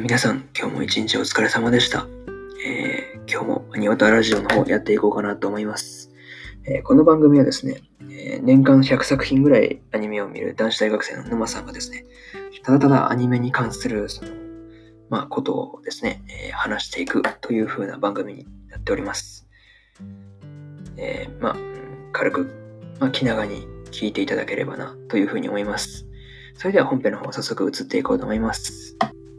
皆さん、今日も一日お疲れ様でした。今日もアニオタラジオの方やっていこうかなと思います。この番組はですね、年間100作品ぐらいアニメを見る男子大学生の沼さんがですね、ただただアニメに関することをですね、話していくという風な番組になっております。軽く、気長に聞いていただければなという風に思います。それでは本編の方早速移っていこうと思います。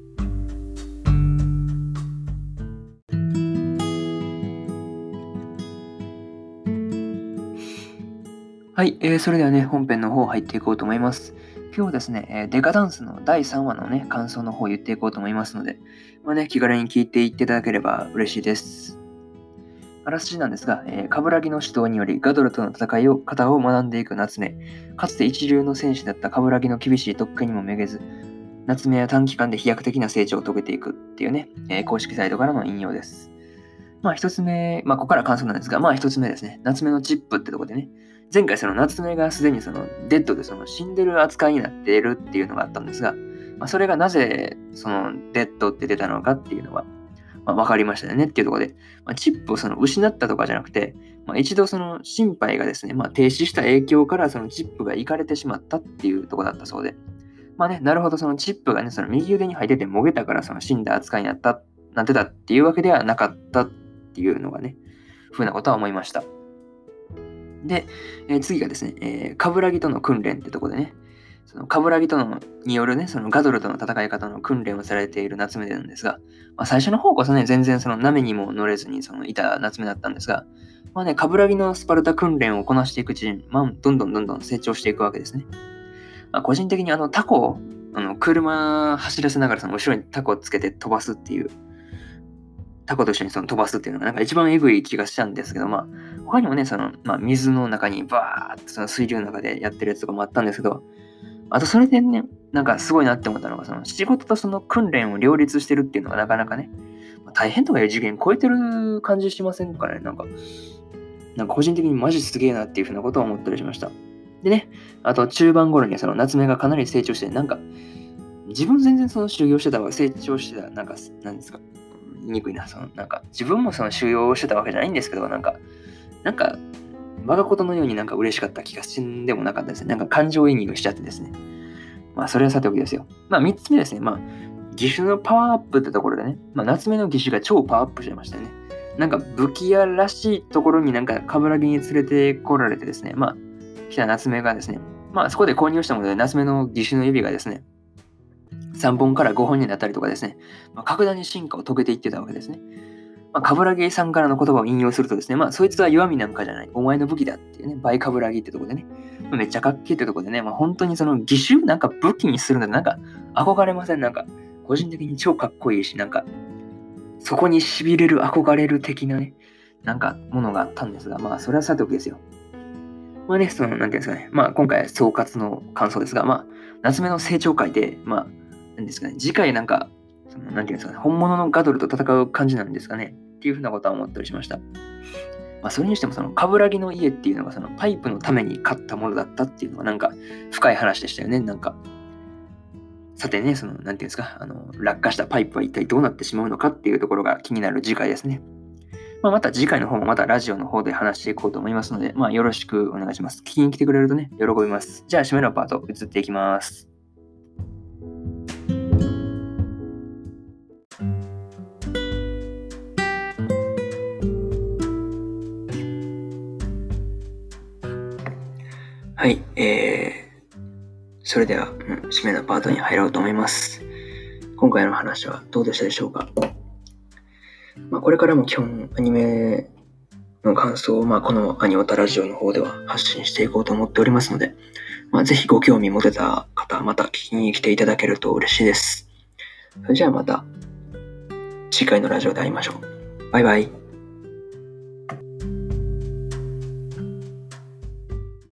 はい、それではね、本編の方入っていこうと思います。今日はですね、デカダンスの第3話のね、感想の方を言っていこうと思いますので、気軽に聞いていっていただければ嬉しいです。あらすじなんですが、冠城の指導によりガドルとの戦い方を学んでいく夏目。かつて一流の戦士だった冠城の厳しい特訓にもめげず、夏目は短期間で飛躍的な成長を遂げていくっていうね、公式サイトからの引用です。一つ目、ここから感想なんですが、一つ目ですね、夏目のチップってとこでね、前回その夏目がすでにそのデッドでその死んでる扱いになっているっていうのがあったんですが、それがなぜそのデッドって出たのかっていうのは、分かりましたよねっていうところで、チップをその失ったとかじゃなくて、一度その心肺がですね、停止した影響からそのチップがいかれてしまったっていうところだったそうで、なるほど、そのチップがね、その右腕に入っててもげたからその死んだ扱いになってたっていうわけではなかったっていうのがね、ふうなことは思いました。で、次がですね、冠城との訓練ってとこでね、その冠城によるね、そのガドルとの戦い方の訓練をされている夏目なんですが、最初の方こそね、全然その波にも乗れずにいた夏目だったんですが、冠城のスパルタ訓練をこなしていくうちに、どんどん成長していくわけですね。個人的にタコを、車走らせながらその後ろにタコをつけて飛ばすっていう、タコと一緒にその飛ばすっていうのがなんか一番エグい気がしたんですけど、他にもね、水の中にバーってその水流の中でやってるやつとかもあったんですけど、あとそれでね、なんかすごいなって思ったのが、その仕事とその訓練を両立してるっていうのがなかなかね、大変とかいう次元超えてる感じしませんかね、なんか個人的にマジすげえなっていうふうなことを思ったりしました。でね、あと中盤頃にその夏目がかなり成長して、なんか自分全然その修行してたわ、成長してた、なんですか、言いにくいな、自分もその修行してたわけじゃないんですけど、我がことのように嬉しかった気がしんでもなかったですね。なんか感情移入しちゃってですね。それはさておきですよ。3つ目ですね。義手のパワーアップってところでね、夏目の義手が超パワーアップしてましたよね。武器屋らしいところに冠城に連れてこられてですね、来た夏目がですね、そこで購入したもので夏目の義手の指がですね、3本から5本になったりとかですね、格段に進化を遂げていってたわけですね。冠城さんからの言葉を引用するとですね、そいつは弱みなんかじゃない、お前の武器だっていうね、バイ冠城ってとこでね、めっちゃかっけえってとこでね、本当にその義手武器にするので憧れません？個人的に超かっこいいし、そこに痺れる憧れる的なね、ものがあったんですが、それはさておきですよ。なんていうんですかね、今回総括の感想ですが、夏目の成長回で、なんですかね、次回なんていうんですかね、本物のガドルと戦う感じなんですかねっていうふうなことは思ったりしました。それにしてもその冠城の家っていうのがそのパイプのために買ったものだったっていうのは深い話でしたよね。さてね、なんていうんですか、落下したパイプは一体どうなってしまうのかっていうところが気になる次回ですね。また次回の方もまたラジオの方で話していこうと思いますので、よろしくお願いします。聞きに来てくれるとね、喜びます。じゃあ、締めのパート移っていきます。はい、それでは、締めのパートに入ろうと思います。今回の話はどうでしたでしょうか？これからも基本アニメの感想を、このアニオタラジオの方では発信していこうと思っておりますので、ぜひご興味持てた方、また聞きに来ていただけると嬉しいです。それじゃあまた次回のラジオで会いましょう。バイバイ。